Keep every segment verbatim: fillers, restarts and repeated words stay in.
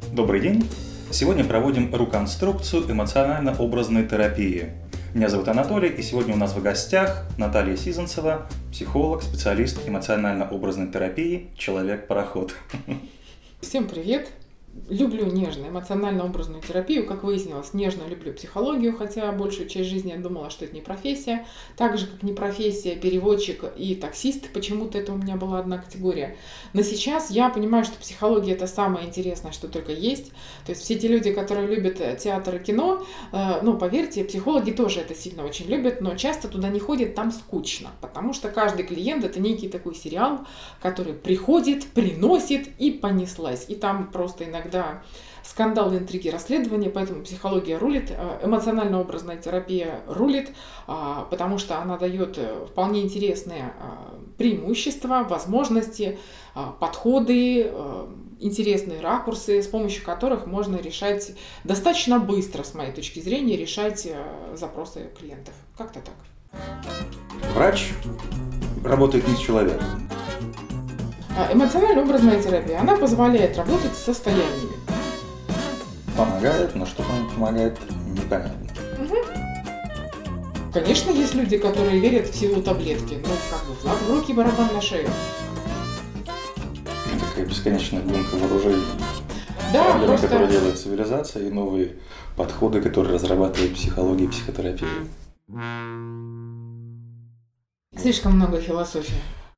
Добрый день! Сегодня проводим реконструкцию эмоционально-образной терапии. Меня зовут Анатолий, и сегодня у нас в гостях Наталья Сизанцева, психолог, специалист эмоционально-образной терапии, человек-пароход. Всем привет! Люблю нежно эмоционально-образную терапию. Как выяснилось, нежно люблю психологию, хотя большую часть жизни я думала, что это не профессия. Так же, как не профессия, переводчик и таксист. Почему-то это у меня была одна категория. Но сейчас я понимаю, что психология – это самое интересное, что только есть. То есть все те люди, которые любят театр и кино, ну, поверьте, психологи тоже это сильно очень любят, но часто туда не ходят, там скучно. Потому что каждый клиент – это некий такой сериал, который приходит, приносит и понеслась. И там просто иногда Иногда скандалы, интриги, расследования, поэтому психология рулит, эмоционально-образная терапия рулит, потому что она дает вполне интересные преимущества, возможности, подходы, интересные ракурсы, с помощью которых можно решать достаточно быстро, с моей точки зрения, решать запросы клиентов. Как-то так. Врач работает не с человеком. Эмоционально-образная терапия, она позволяет работать с состояниями. Помогает, но что там помогает, непонятно. Угу. Конечно, есть люди, которые верят в силу таблетки. Ну, как бы флаг в руки, барабан на шею. Такая бесконечная гонка вооружений. Да, проблемы, просто... которые делает цивилизация, и новые подходы, которые разрабатывает психология и психотерапия. Слишком много философии.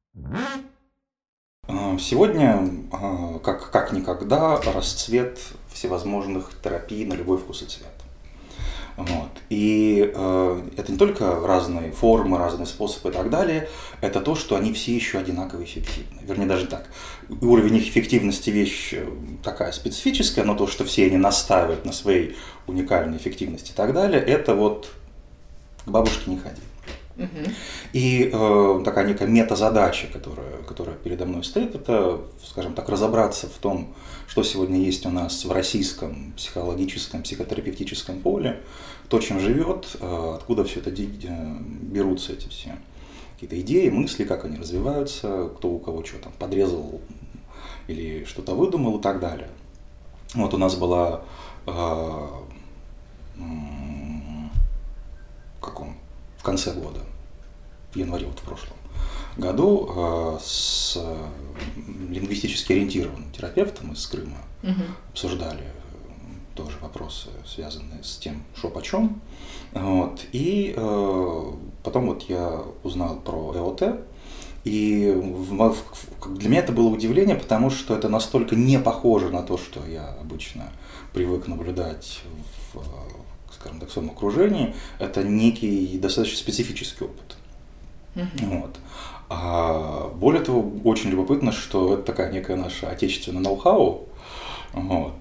Сегодня, как, как никогда, расцвет всевозможных терапий на любой вкус и цвет. Вот. И э, это не только разные формы, разные способы и так далее, это то, что они все еще одинаково эффективны. Вернее, даже так. Уровень их эффективности вещь такая специфическая, но то, что все они настаивают на своей уникальной эффективности и так далее, это вот к бабушке не ходи. Uh-huh. И э, такая некая метазадача, которая, которая передо мной стоит, это, скажем так, разобраться в том, что сегодня есть у нас в российском психологическом, психотерапевтическом поле, кто чем живет, э, откуда все это берутся эти все какие-то идеи, мысли, как они развиваются, кто у кого что там подрезал или что-то выдумал и так далее. Вот у нас была э, каком? В конце года, в январе вот в прошлом году, э, с лингвистически ориентированным терапевтом из Крыма угу. обсуждали тоже вопросы, связанные с тем, что почем. Вот. И э, потом вот я узнал про ЭОТ, и в, в, для меня это было удивление, потому что это настолько не похоже на то, что я обычно привык наблюдать в скажем так, в своем окружении, это некий достаточно специфический опыт. Uh-huh. Вот. А более того, очень любопытно, что это такая некая наша отечественная ноу-хау. Вот.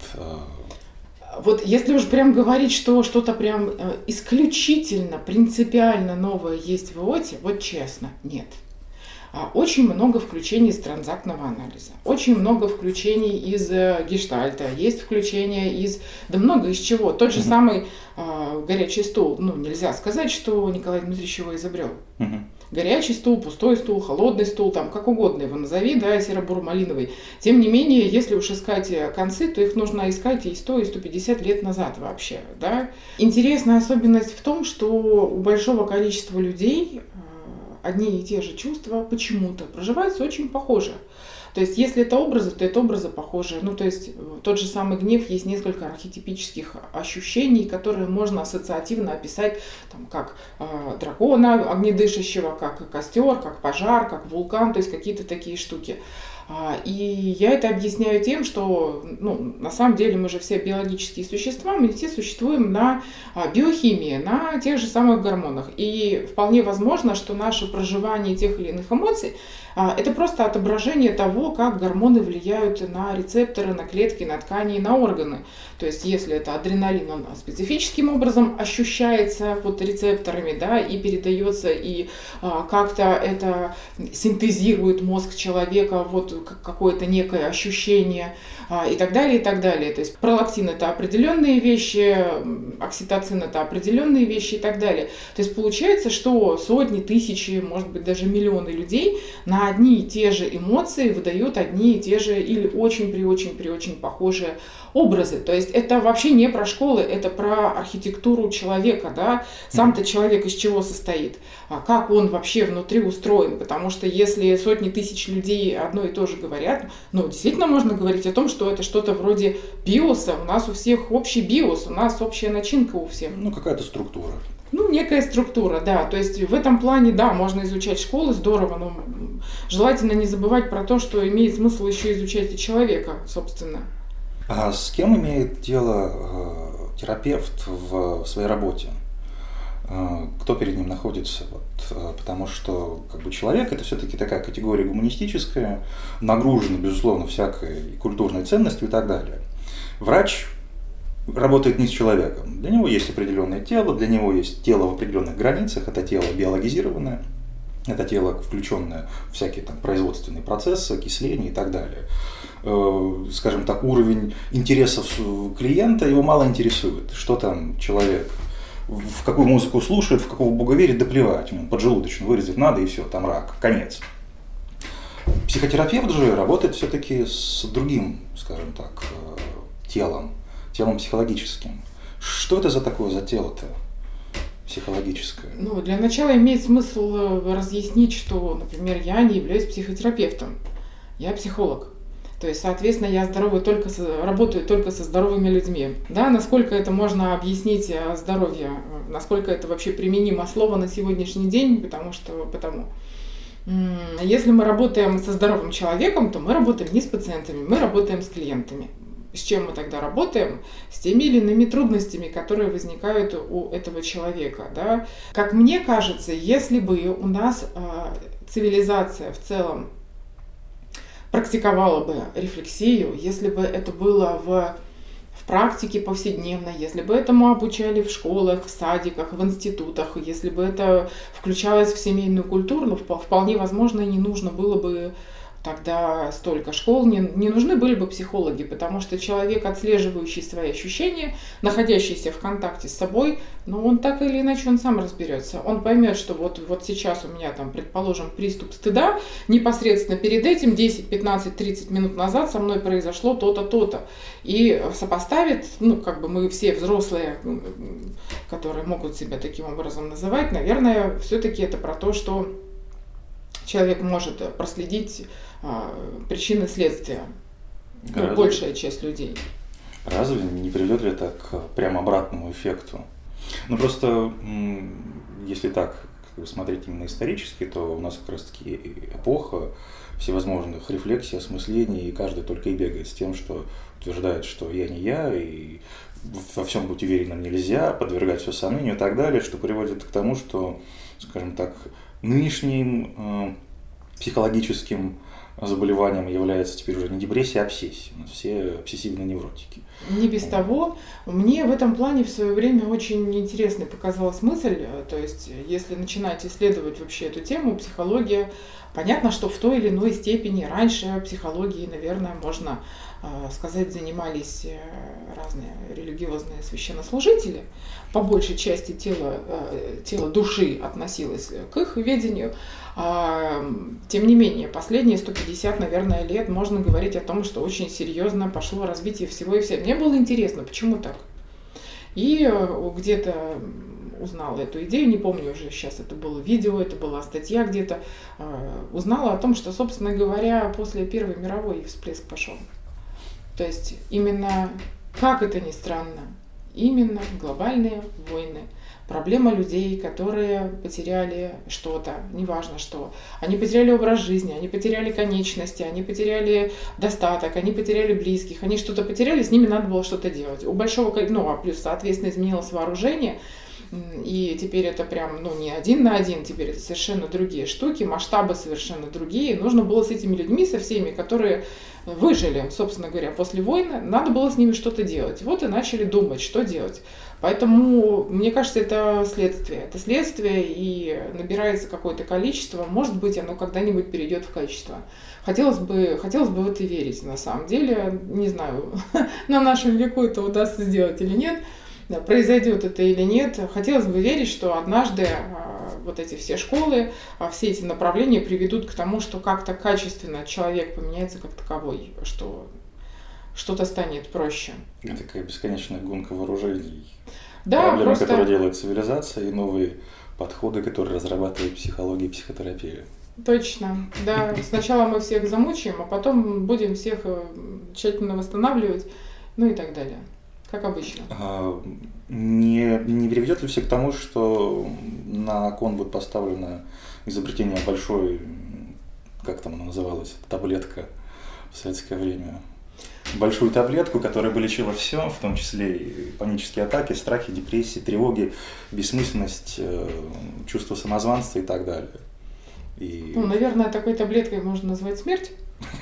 Вот если уж прям говорить, что что-то прям исключительно, принципиально новое есть в ЭОТе, вот честно, нет. Очень много включений из транзактного анализа, очень много включений из гештальта, есть включения из, да много из чего. Тот же uh-huh. самый э, горячий стул, ну нельзя сказать, что Николай Дмитриевич его изобрел. Uh-huh. Горячий стул, пустой стул, холодный стул, там как угодно его назови, да, серо-буро-малиновый. Тем не менее, если уж искать концы, то их нужно искать и сто, и сто пятьдесят лет назад вообще, да. Интересная особенность в том, что у большого количества людей одни и те же чувства почему-то проживаются очень похоже. То есть, если это образы, то это образы похожи. Ну, то есть, тот же самый гнев, есть несколько архетипических ощущений, которые можно ассоциативно описать, там, как э, дракона огнедышащего, как костер, как пожар, как вулкан, то есть, какие-то такие штуки. И я это объясняю тем, что ну, на самом деле мы же все биологические существа, мы все существуем на биохимии, на тех же самых гормонах. И вполне возможно, что наше проживание тех или иных эмоций – это просто отображение того, как гормоны влияют на рецепторы, на клетки, на ткани и на органы. То есть если это адреналин, он специфическим образом ощущается вот рецепторами, да, и передается, и как-то это синтезирует мозг человека вот какое-то некое ощущение и так далее, и так далее. То есть пролактин – это определенные вещи, окситоцин – это определенные вещи и так далее. То есть получается, что сотни, тысячи, может быть, даже миллионы людей на одни и те же эмоции выдают одни и те же или очень при очень при очень похожие образы. То есть это вообще не про школы, это про архитектуру человека, да. Сам-то человек из чего состоит, а как он вообще внутри устроен, потому что если сотни тысяч людей одно и то же говорят, ну, действительно можно говорить о том, что это что-то вроде биоса, у нас у всех общий биос, у нас общая начинка у всех. Ну, какая-то структура. Ну, некая структура, да. То есть в этом плане, да, можно изучать школы, здорово, но желательно не забывать про то, что имеет смысл еще изучать и человека, собственно. А с кем имеет дело э, терапевт в своей работе? Э, кто перед ним находится? Вот, э, потому что как бы, человек – это все-таки такая категория гуманистическая, нагружена, безусловно, всякой культурной ценностью и так далее. Врач работает не с человеком. Для него есть определенное тело, для него есть тело в определенных границах, это тело биологизированное, это тело, включенное в всякие там, производственные процессы, окисление и так далее. Скажем так, уровень интересов клиента его мало интересует. Что там человек, в какую музыку слушает, в какого бога верит, да плевать. Поджелудочную вырезать надо и все, там рак, конец. Психотерапевт же работает все-таки с другим, скажем так, телом, телом психологическим. Что это за такое за тело-то? Психологическое. Ну, для начала имеет смысл разъяснить, что, например, я не являюсь психотерапевтом, я психолог. То есть, соответственно, я здоровый только с, работаю только со здоровыми людьми. Да, насколько это можно объяснить здоровье, насколько это вообще применимо слово на сегодняшний день, потому что, потому, если мы работаем со здоровым человеком, то мы работаем не с пациентами, мы работаем с клиентами. С чем мы тогда работаем? С теми или иными трудностями, которые возникают у этого человека. Да? Как мне кажется, если бы у нас э, цивилизация в целом практиковала бы рефлексию, если бы это было в, в практике повседневной, если бы этому обучали в школах, в садиках, в институтах, если бы это включалось в семейную культуру, ну, вполне возможно, не нужно было бы тогда столько школ, не, не нужны были бы психологи, потому что человек, отслеживающий свои ощущения, находящийся в контакте с собой, ну, он так или иначе он сам разберется. Он поймет, что вот, вот сейчас у меня там, предположим, приступ стыда, непосредственно перед этим десять, пятнадцать, тридцать минут назад со мной произошло то-то, то-то. И сопоставит, ну, как бы мы все взрослые, которые могут себя таким образом называть, наверное, все-таки это про то, что человек может проследить а, причины следствия. Ну, большая часть людей. Разве не приведет ли это к прямо обратному эффекту? Ну просто, если так смотреть именно исторически, то у нас как раз таки эпоха всевозможных рефлексий, осмыслений, и каждый только и бегает с тем, что утверждает, что я не я, и во всем быть уверенным нельзя, подвергать все сомнению и так далее, что приводит к тому, что, скажем так, нынешним э, психологическим заболеванием является теперь уже не депрессия, а обсессия. У нас все обсессивные невротики. Не без вот. Того, мне в этом плане в свое время очень интересной показалась мысль, то есть если начинать исследовать вообще эту тему, психология, понятно, что в той или иной степени раньше психологией, наверное, можно сказать, занимались разные религиозные священнослужители. По большей части тело, тело души относилось к их ведению. Тем не менее, последние сто пятьдесят, наверное, лет можно говорить о том, что очень серьезно пошло развитие всего и вся. Мне было интересно, почему так. И где-то узнала эту идею, не помню уже сейчас, это было видео, это была статья где-то, узнала о том, что, собственно говоря, после Первой мировой всплеск пошел. То есть именно, как это ни странно, именно глобальные войны, проблема людей, которые потеряли что-то, неважно что, они потеряли образ жизни, они потеряли конечности, они потеряли достаток, они потеряли близких, они что-то потеряли, с ними надо было что-то делать. У большого, ну, а плюс, соответственно, изменилось вооружение, И теперь это прям, ну, не один на один, теперь это совершенно другие штуки, масштабы совершенно другие. Нужно было с этими людьми, со всеми, которые выжили, собственно говоря, после войны, надо было с ними что-то делать. Вот и начали думать, что делать. Поэтому, мне кажется, это следствие. Это следствие, и набирается какое-то количество. Может быть, оно когда-нибудь перейдет в качество. Хотелось бы, хотелось бы в это верить, на самом деле. Не знаю, на нашем веку это удастся сделать или нет, произойдет это или нет. Хотелось бы верить, что однажды вот эти все школы, все эти направления приведут к тому, что как-то качественно человек поменяется как таковой, что что-то станет проще. Это такая бесконечная гонка вооружений. Да, проблемы, просто... которые делает цивилизация, и новые подходы, которые разрабатывает психология и психотерапия. Точно, да. Сначала мы всех замучаем, а потом будем всех тщательно восстанавливать, ну и так далее. Как обычно. А, не, не приведет ли все к тому, что на кон будет поставлено изобретение большой, как там она называлась, таблетка в советское время? Большую таблетку, которая бы лечила все, в том числе и панические атаки, страхи, депрессии, тревоги, бессмысленность, чувство самозванства и так далее. И... Ну, наверное, такой таблеткой можно назвать смерть.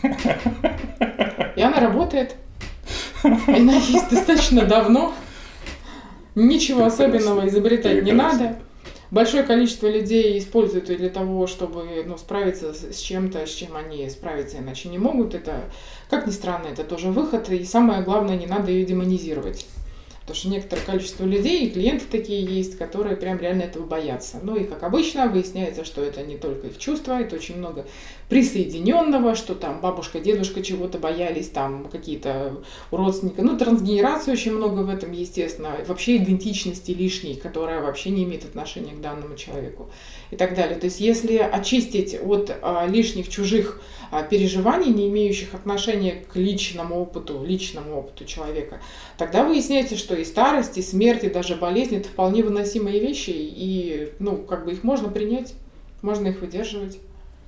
И она работает. Она есть достаточно давно. Ничего Прекрасно. Особенного изобретать Прекрасно. Не надо. Большое количество людей используют ее для того, чтобы, ну, справиться с чем-то, с чем они справиться иначе не могут. Это, как ни странно, это тоже выход. И самое главное, не надо ее демонизировать. Потому что некоторое количество людей, и клиенты такие есть, которые прям реально этого боятся. Ну и, как обычно, выясняется, что это не только их чувства, это очень много присоединенного, что там бабушка, дедушка чего-то боялись, там какие-то родственники. Ну, трансгенерации очень много в этом, естественно. Вообще идентичности лишней, которая вообще не имеет отношения к данному человеку и так далее. То есть, если очистить от а, лишних чужих а, переживаний, не имеющих отношения к личному опыту, личному опыту человека, тогда выясняется, что и старость, и смерть, и даже болезнь – это вполне выносимые вещи, и, ну, как бы их можно принять, можно их выдерживать.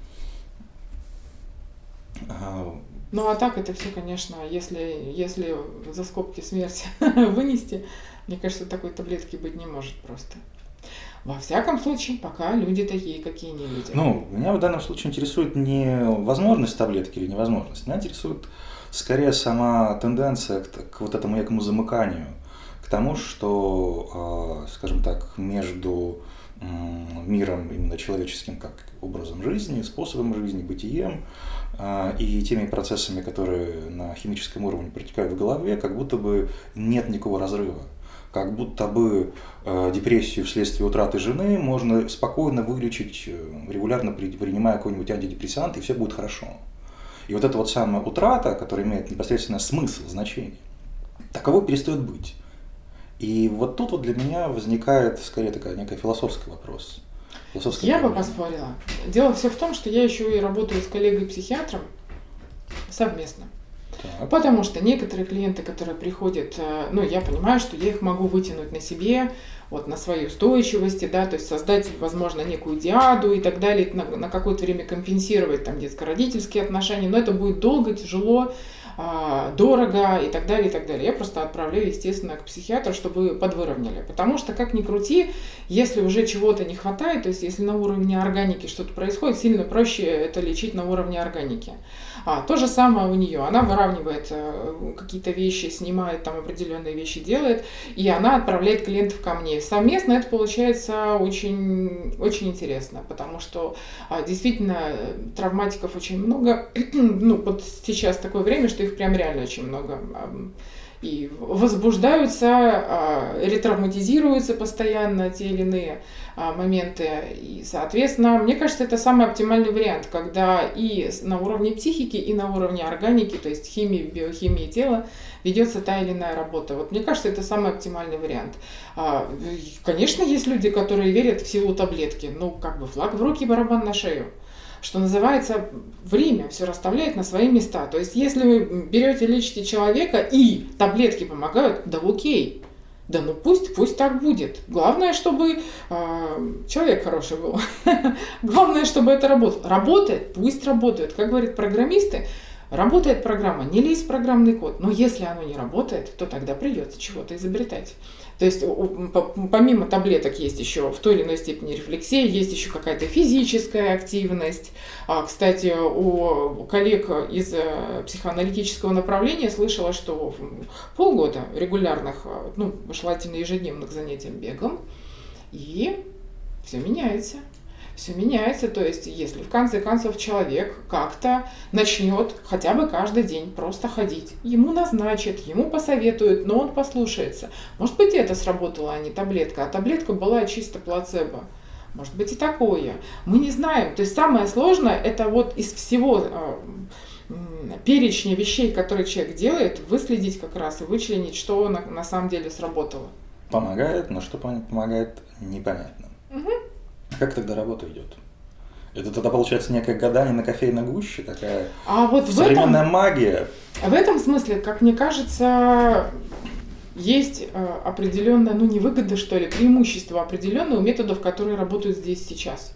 Ну, а так это все, конечно, если, если за скобки смерти вынести, мне кажется, такой таблетки быть не может просто. Во всяком случае, пока люди такие, какие не люди. Ну, меня в данном случае интересует не возможность таблетки или невозможность. Меня интересует скорее сама тенденция к, к вот этому некому замыканию, к тому, что, скажем так, между миром именно человеческим как образом жизни, способом жизни, бытием и теми процессами, которые на химическом уровне протекают в голове, как будто бы нет никакого разрыва. Как будто бы э, депрессию вследствие утраты жены можно спокойно вылечить, регулярно принимая какой-нибудь антидепрессант, и все будет хорошо. И вот эта вот самая утрата, которая имеет непосредственно смысл, значение, таково перестает быть. И вот тут вот для меня возникает скорее такая некая философский вопрос. Философская я проблема. бы поспорила. Дело все в том, что я еще и работаю с коллегой-психиатром совместно. Так. Потому что некоторые клиенты, которые приходят, ну, я понимаю, что я их могу вытянуть на себе, вот, на своей устойчивости, да, то есть создать, возможно, некую диаду и так далее, на, на какое-то время компенсировать там детско-родительские отношения, но это будет долго, тяжело, дорого и так далее, и так далее. Я просто отправляю, естественно, к психиатру, чтобы подвыровняли. Потому что, как ни крути, если уже чего-то не хватает, то есть если на уровне органики что-то происходит, сильно проще это лечить на уровне органики. А, то же самое у нее. Она выравнивает э, какие-то вещи, снимает там определенные вещи, делает, и она отправляет клиентов ко мне. Совместно это получается очень, очень интересно, потому что а, действительно травматиков очень много. Ну, вот сейчас такое время, что их прям реально очень много. И возбуждаются, ретравматизируются постоянно те или иные моменты. И, соответственно, мне кажется, это самый оптимальный вариант, когда и на уровне психики, и на уровне органики, то есть химии, биохимии тела, ведется та или иная работа. Вот мне кажется, это самый оптимальный вариант. Конечно, есть люди, которые верят в силу таблетки. Ну, как бы флаг в руки, барабан на шею. Что называется, время все расставляет на свои места. То есть, если вы берете, лечите человека, и таблетки помогают, да окей. Да ну пусть, пусть так будет. Главное, чтобы э, человек хороший был. Главное, чтобы это работало. Работает, пусть работает. Как говорят программисты, Работает программа, не лезь в программный код, но если оно не работает, то тогда придется чего-то изобретать. То есть помимо таблеток есть еще в той или иной степени рефлексия, есть еще какая-то физическая активность. Кстати, у коллег из психоаналитического направления слышала, что полгода регулярных, ну, желательно ежедневных занятий бегом, и все меняется. Все меняется, то есть если в конце концов человек как-то начнет хотя бы каждый день просто ходить, ему назначат, ему посоветуют, но он послушается. Может быть, это сработало, а не таблетка, а таблетка была чисто плацебо. Может быть и такое. Мы не знаем. То есть самое сложное, это вот из всего э, перечня вещей, которые человек делает, выследить как раз и вычленить, что на, на самом деле сработало. Помогает, но что помогает, непонятно. Угу. Как тогда работа идет? Это тогда получается некое гадание на кофейной гуще, такая а вот современная в этом, магия. В этом смысле, как мне кажется, есть определенная, ну не выгода, что ли, преимущество определенное у методов, которые работают здесь сейчас.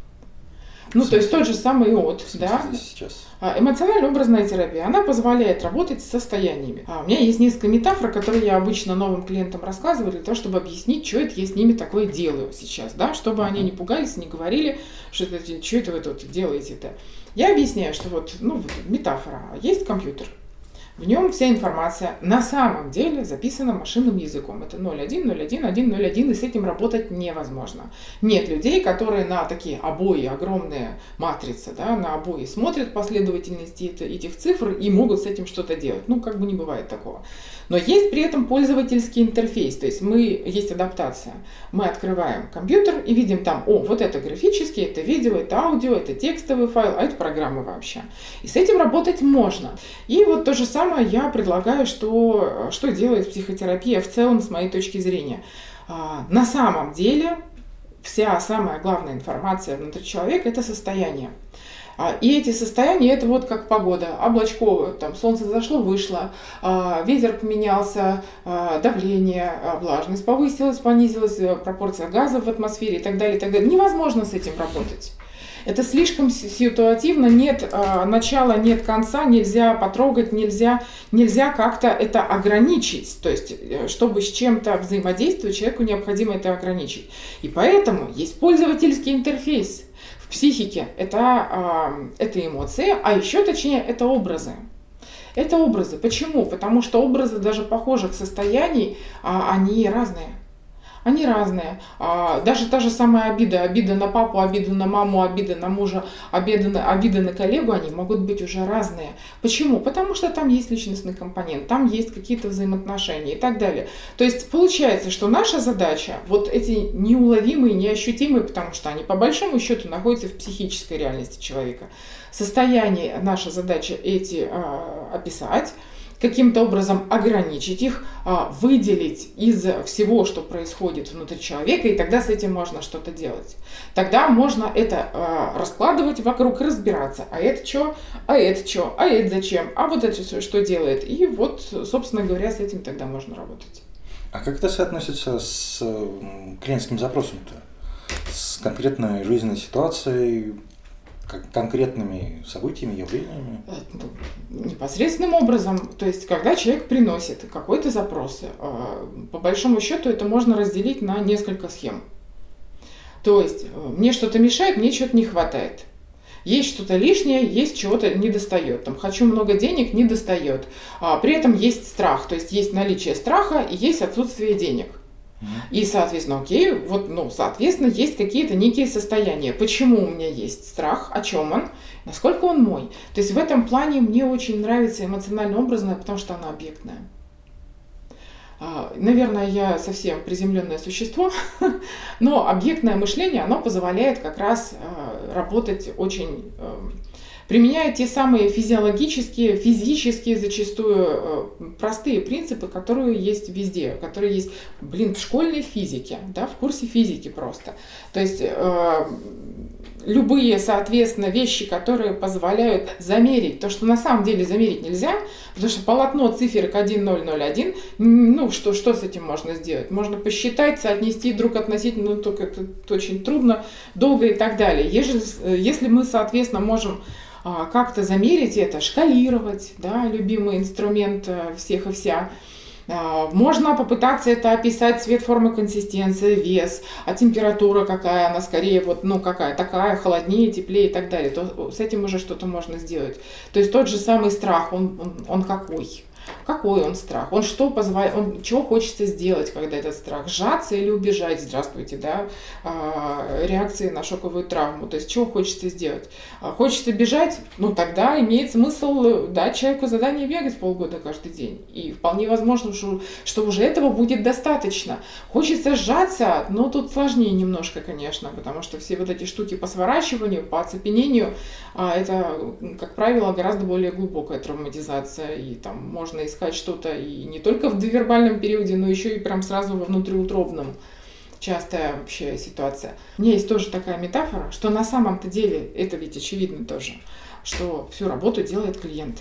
Ну, то есть тот же самый ИОТ, да, эмоционально-образная терапия, она позволяет работать с состояниями. А у меня есть несколько метафор, которые я обычно новым клиентам рассказываю, для того, чтобы объяснить, что это я с ними такое делаю сейчас, да, чтобы они не пугались, не говорили, что это, что это вы тут делаете-то. Я объясняю, что вот, ну, метафора, есть компьютер. В нем вся информация на самом деле записана машинным языком. Это ноль один ноль один один ноль один, и с этим работать невозможно. Нет людей, которые на такие обои, огромные матрицы, да, на обои смотрят последовательности этих цифр и могут с этим что-то делать. Ну, как бы не бывает такого. Но есть при этом пользовательский интерфейс, то есть мы, есть адаптация. Мы открываем компьютер и видим там, о, вот это графический, это видео, это аудио, это текстовый файл, а это программа вообще. И с этим работать можно. И вот то же самое я предлагаю, что, что делает психотерапия в целом с моей точки зрения. На самом деле вся самая главная информация внутри человека – это состояние. И эти состояния, это вот как погода, облачковая, там солнце зашло, вышло, ветер поменялся, давление, влажность повысилась, понизилась, пропорция газов в атмосфере и так далее, и так далее. Невозможно с этим работать. Это слишком ситуативно, нет начала, нет конца, нельзя потрогать, нельзя, нельзя как-то это ограничить. То есть, чтобы с чем-то взаимодействовать, человеку необходимо это ограничить. И поэтому есть пользовательский интерфейс. В психике это, это эмоции, а еще точнее это образы. Это образы. Почему? Потому что образы даже похожих состояний, они разные. Они разные. Даже та же самая обида, обида на папу, обида на маму, обида на мужа, обида на, обида на коллегу, они могут быть уже разные. Почему? Потому что там есть личностный компонент, там есть какие-то взаимоотношения и так далее. То есть получается, что наша задача, вот эти неуловимые, неощутимые, потому что они по большому счету находятся в психической реальности человека, состояние, наша задача эти а, описать, каким-то образом ограничить их, выделить из всего, что происходит внутри человека, и тогда с этим можно что-то делать. Тогда можно это раскладывать вокруг, разбираться. А это что? А это что? А это зачем? А вот это что делает? И вот, собственно говоря, с этим тогда можно работать. А как это соотносится с клиентским запросом-то? С конкретной жизненной ситуацией, конкретными событиями, явлениями? Непосредственным образом, то есть когда человек приносит какой-то запрос, по большому счету это можно разделить на несколько схем. То есть мне что-то мешает, мне чего-то не хватает. Есть что-то лишнее, есть чего-то недостает. Там, хочу много денег, недостает. А при этом есть страх, то есть есть наличие страха и есть отсутствие денег. И, соответственно, окей, вот, ну, соответственно, есть какие-то некие состояния. Почему у меня есть страх, о чем он, насколько он мой. То есть в этом плане мне очень нравится эмоционально-образное, потому что она объектная. Наверное, я совсем приземленное существо, но объектное мышление, оно позволяет как раз работать очень... применяя те самые физиологические, физические зачастую простые принципы, которые есть везде, которые есть, блин, в школьной физике, да, в курсе физики просто. То есть э, любые, соответственно, вещи, которые позволяют замерить то, что на самом деле замерить нельзя, потому что полотно циферок один ноль ноль один, ну, что, что с этим можно сделать? Можно посчитать, соотнести друг относительно, ну, только это очень трудно, долго и так далее. Если, если мы, соответственно, можем как-то замерить это, шкалировать, да, любимый инструмент всех и вся. Можно попытаться это описать: цвет, форма, консистенция, вес, а температура какая, она скорее вот, ну какая, такая, холоднее, теплее и так далее. То с этим уже что-то можно сделать. То есть тот же самый страх, он, он, он какой? Какой он страх? Он что позволяет, он чего хочется сделать, когда этот страх? Сжаться или убежать? Здравствуйте, да? А, реакции на шоковую травму. То есть чего хочется сделать? А, хочется бежать? Ну тогда имеет смысл дать человеку задание бегать полгода каждый день. И вполне возможно, что, что уже этого будет достаточно. Хочется сжаться, но тут сложнее немножко, конечно, потому что все вот эти штуки по сворачиванию, по оцепенению, а, это, как правило, гораздо более глубокая травматизация, и там можно искать что-то и не только в довербальном периоде, но еще и прям сразу во внутриутробном. Частая вообще ситуация. У меня есть тоже такая метафора, что на самом-то деле, это ведь очевидно тоже, что всю работу делает клиент.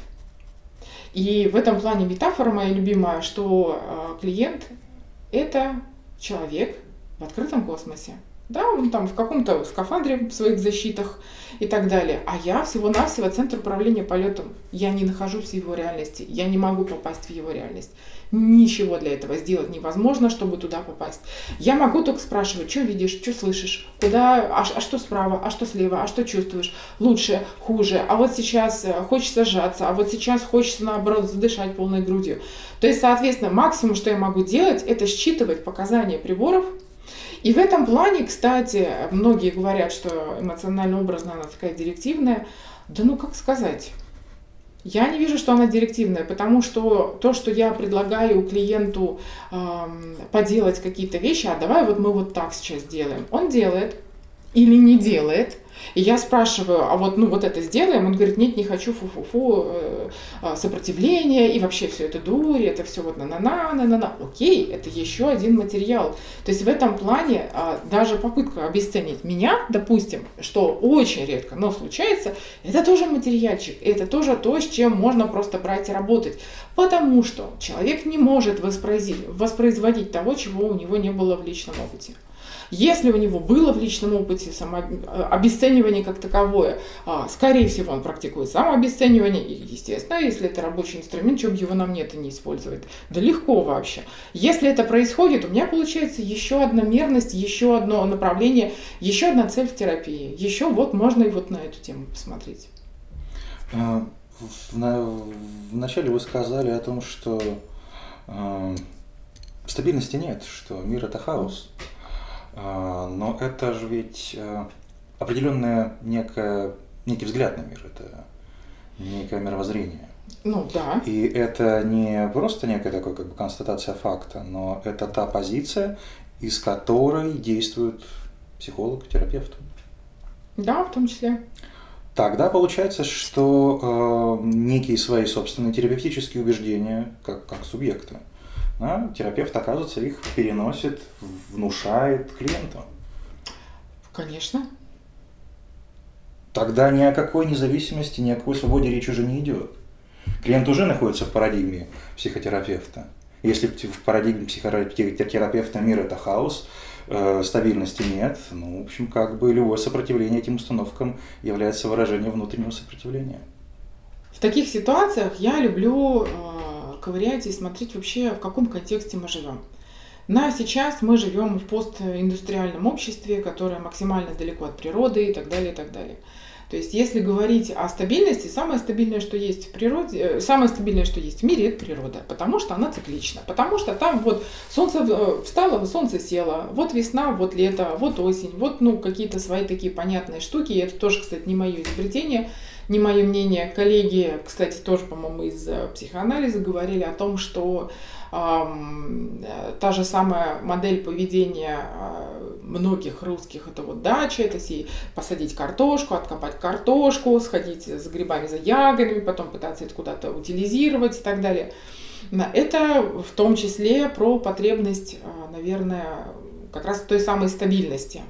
И в этом плане метафора моя любимая, что клиент – это человек в открытом космосе. Да, он там в каком-то скафандре, в своих защитах и так далее. А я всего-навсего центр управления полетом. Я не нахожусь в его реальности. Я не могу попасть в его реальность. Ничего для этого сделать невозможно, чтобы туда попасть. Я могу только спрашивать: что видишь, что слышишь, куда, а, а что справа, а что слева, а что чувствуешь, лучше, хуже, а вот сейчас хочется сжаться, а вот сейчас хочется, наоборот, задышать полной грудью. То есть, соответственно, максимум, что я могу делать, это считывать показания приборов. И в этом плане, кстати, многие говорят, что эмоционально-образная она такая директивная. Да ну как сказать? Я не вижу, что она директивная, потому что то, что я предлагаю клиенту э, поделать какие-то вещи, а давай вот мы вот так сейчас делаем, он делает или не делает. И я спрашиваю: а вот, ну, вот это сделаем? Он говорит: нет, не хочу, фу-фу-фу, э, э, сопротивление, и вообще все это дурь, это все вот на-на-на, на-на-на. Окей, это еще один материал. То есть в этом плане э, даже попытка обесценить меня, допустим, что очень редко, но случается, это тоже материальчик, это тоже то, с чем можно просто брать и работать. Потому что человек не может воспроизводить, воспроизводить того, чего у него не было в личном опыте. Если у него было в личном опыте само, обесценивание как таковое, скорее всего, он практикует самообесценивание. И, естественно, если это рабочий инструмент, что бы его на мне-то не использовать? Да легко вообще. Если это происходит, у меня получается еще одна мерность, еще одно направление, еще одна цель в терапии. Еще вот можно и вот на эту тему посмотреть. Вначале вы сказали о том, что э, стабильности нет, что мир – это хаос. Но это же ведь определенное некое, некий взгляд на мир, это некое мировоззрение. Ну да. И это не просто некая такая как бы констатация факта, но это та позиция, из которой действует психолог, терапевт. Да, в том числе. Тогда получается, что э, некие свои собственные терапевтические убеждения, как, как субъекты, да, терапевт, оказывается, их переносит, внушает клиенту. Конечно. Тогда ни о какой независимости, ни о какой свободе речь уже не идет. Клиент уже находится в парадигме психотерапевта. Если в парадигме психотерапевта мир – это хаос, э, стабильности нет, ну, в общем, как бы любое сопротивление этим установкам является выражением внутреннего сопротивления. В таких ситуациях я люблю э, ковырять и смотреть вообще, в каком контексте мы живем. На сейчас мы живем в постиндустриальном обществе, которое максимально далеко от природы и так далее, и так далее. То есть, если говорить о стабильности, самое стабильное, что есть в природе, самое стабильное, что есть в мире, это природа, потому что она циклична, потому что там вот солнце встало, солнце село, вот весна, вот лето, вот осень, вот ну какие-то свои такие понятные штуки, и это тоже, кстати, не мое изобретение, не мое мнение. Коллеги, кстати, тоже, по-моему, из психоанализа говорили о том, что э, та же самая модель поведения э, многих русских, это вот дача, это си, посадить картошку, откопать картошку, сходить с грибами за ягодами, потом пытаться это куда-то утилизировать и так далее. Это в том числе про потребность, наверное, как раз той самой стабильности.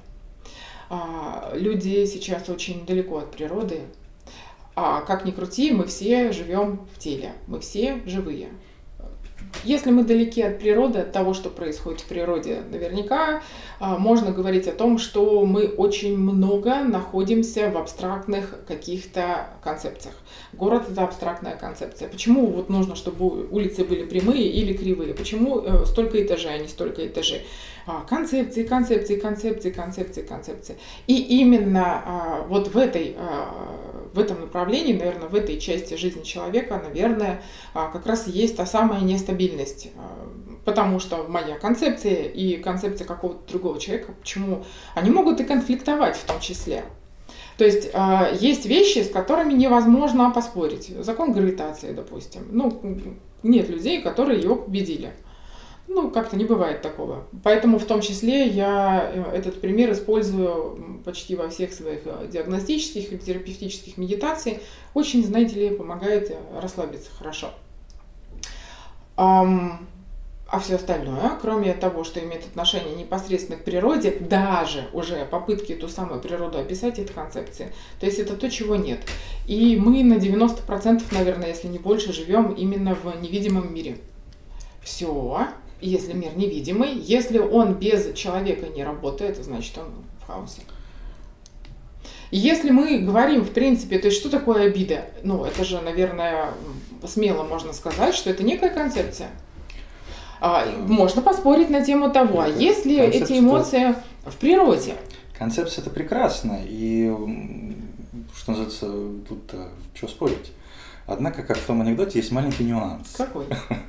Люди сейчас очень далеко от природы. А как ни крути, мы все живем в теле, мы все живые. Если мы далеки от природы, от того, что происходит в природе, наверняка а, можно говорить о том, что мы очень много находимся в абстрактных каких-то концепциях. Город – это абстрактная концепция. Почему вот нужно, чтобы улицы были прямые или кривые? Почему э, столько этажей, а не столько этажей? А, концепции, концепции, концепции, концепции, концепции. И именно а, вот в этой а, в этом направлении, наверное, в этой части жизни человека, наверное, как раз есть та самая нестабильность. Потому что моя концепция и концепция какого-то другого человека, почему они могут и конфликтовать в том числе. То есть есть вещи, с которыми невозможно поспорить. Закон гравитации, допустим. Ну, нет людей, которые его победили. Ну, как-то не бывает такого. Поэтому в том числе я этот пример использую почти во всех своих диагностических и терапевтических медитациях. Очень, знаете ли, помогает расслабиться хорошо. А все остальное, кроме того, что имеет отношение непосредственно к природе, даже уже попытки ту самую природу описать, это концепции. То есть это то, чего нет. И мы на девяносто процентов, наверное, если не больше, живем именно в невидимом мире. Все. Если мир невидимый, если он без человека не работает, значит он в хаосе. И если мы говорим, в принципе, то есть что такое обида? Ну, это же, наверное, смело можно сказать, что это некая концепция. А, можно поспорить на тему того, а есть ли эти эмоции в природе? Концепция – это прекрасно, и, что называется, тут что спорить. Однако, как в том анекдоте, есть маленький нюанс. Какой?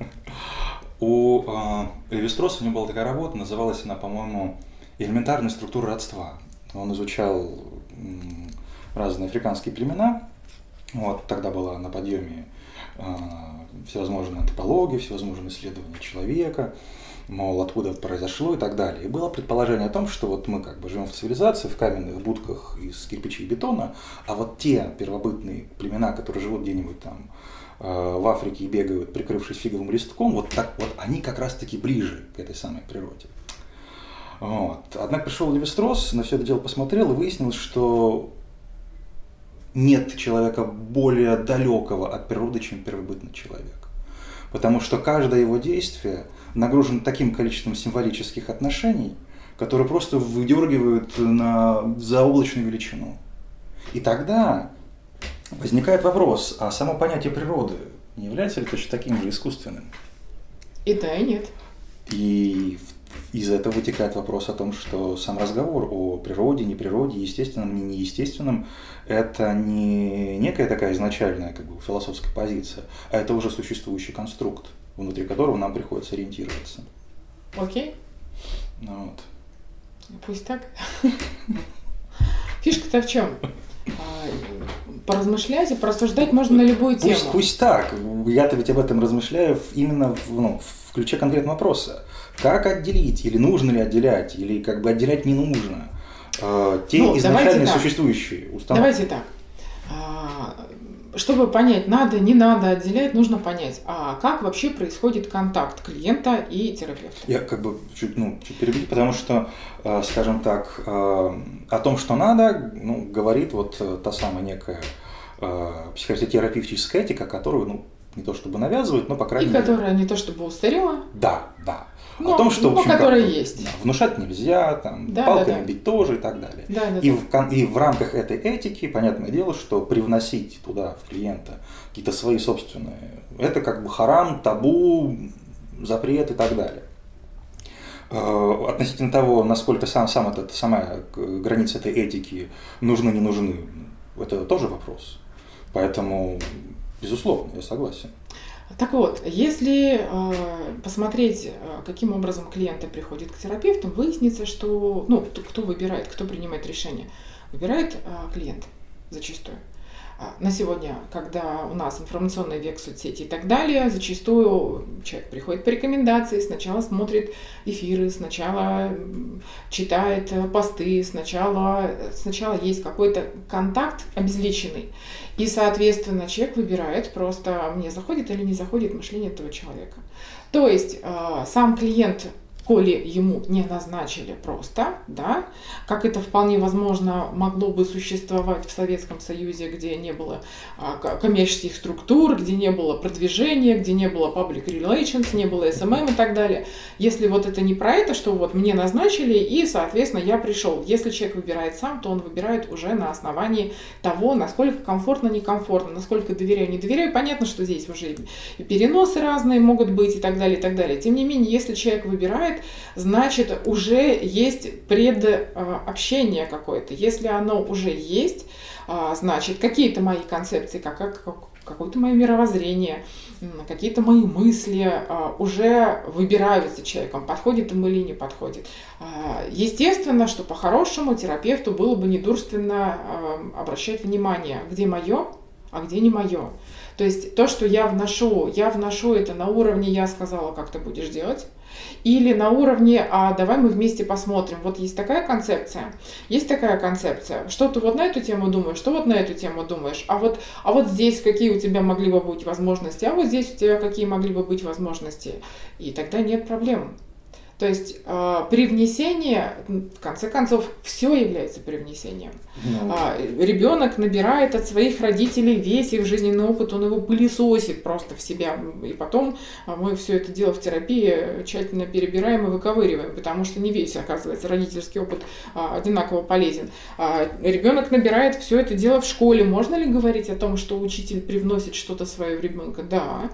У э, Леви-Стросса у него была такая работа, называлась она, по-моему, «Элементарная структура родства». Он изучал м, разные африканские племена. Вот, тогда была на подъеме э, всевозможные антропологии, всевозможные исследования человека, мол, откуда это произошло и так далее. И было предположение о том, что вот мы как бы живем в цивилизации, в каменных будках из кирпичей и бетона, а вот те первобытные племена, которые живут где-нибудь там в Африке и бегают, прикрывшись фиговым листком, вот так вот они как раз-таки ближе к этой самой природе. Вот. Однако пришел Леви-Стросс, на все это дело посмотрел и выяснилось, что нет человека более далекого от природы, чем первобытный человек. Потому что каждое его действие нагружено таким количеством символических отношений, которые просто выдергивают на заоблачную величину. И тогда возникает вопрос, а само понятие природы не является ли точно таким же искусственным? И да, и нет. И из этого вытекает вопрос о том, что сам разговор о природе, неприроде, естественном, не неестественном, это не некая такая изначальная как бы, философская позиция, а это уже существующий конструкт, внутри которого нам приходится ориентироваться. Окей. Ну, вот. Пусть так. Фишка-то в чем? Поразмышлять и порассуждать можно на любую тему. Пусть, пусть так. Я-то ведь об этом размышляю именно в, ну, в ключе конкретного вопроса. Как отделить, или нужно ли отделять, или как бы отделять не нужно э, те ну, изначально существующие установки? Давайте так. Чтобы понять, надо, не надо отделять, нужно понять, а как вообще происходит контакт клиента и терапевта. Я как бы чуть, ну, чуть перебью, потому что, э, скажем так, э, о том, что надо, ну, говорит вот та самая некая э, психотерапевтическая этика, которую, ну, не то чтобы навязывают, но по крайней мере... И которая не то чтобы устарела. Да, да. Но, о том, что, но в общем, которая как, есть. Да, внушать нельзя, там, да, палками да, да. бить тоже и так далее. Да, да, и, да. В, и в рамках этой этики, понятное дело, что привносить туда, в клиента, какие-то свои собственные, это как бы харам, табу, запрет и так далее. Э, относительно того, насколько сам, сам этот, сама граница этой этики нужны, не нужны, это тоже вопрос. Поэтому, безусловно, я согласен. Так вот, если э, посмотреть, э, каким образом клиенты приходят к терапевту, выяснится, что, ну, кто выбирает, кто принимает решение. Выбирает э, клиент зачастую. На сегодня, когда у нас информационный век, соцсети и так далее, зачастую человек приходит по рекомендации, сначала смотрит эфиры, сначала читает посты, сначала, сначала есть какой-то контакт обезличенный. И, соответственно, человек выбирает просто, мне заходит или не заходит мышление этого человека. То есть сам клиент коли ему не назначили просто, да, как это вполне возможно могло бы существовать в Советском Союзе, где не было а, коммерческих структур, где не было продвижения, где не было public relations, не было эс эм эм и так далее. Если вот это не про это, что вот мне назначили и, соответственно, я пришел. Если человек выбирает сам, то он выбирает уже на основании того, насколько комфортно, некомфортно, насколько доверяю, не доверяю. Понятно, что здесь уже и переносы разные могут быть и так далее, и так далее. Тем не менее, если человек выбирает, значит, уже есть предобщение какое-то. Если оно уже есть, значит, какие-то мои концепции, как, как, какое-то мое мировоззрение, какие-то мои мысли уже выбираются человеком, подходит ему или не подходит. Естественно, что по-хорошему терапевту было бы недурственно обращать внимание, где мое, а где не мое. То есть то, что я вношу, я вношу это на уровне «я сказала, как ты будешь делать», или на уровне «а давай мы вместе посмотрим». Вот есть такая концепция, есть такая концепция. Что ты вот на эту тему думаешь, что вот на эту тему думаешь, а вот, а вот здесь какие у тебя могли бы быть возможности, а вот здесь у тебя какие могли бы быть возможности. И тогда нет проблем. То есть э, привнесение, в конце концов, все является привнесением. Ну. Э, ребенок набирает от своих родителей весь их жизненный опыт, он его пылесосит просто в себя. И потом э, мы все это дело в терапии тщательно перебираем и выковыриваем, потому что не весь, оказывается, родительский опыт э, одинаково полезен. Э, ребенок набирает все это дело в школе. Можно ли говорить о том, что учитель привносит что-то свое в ребенка? Да.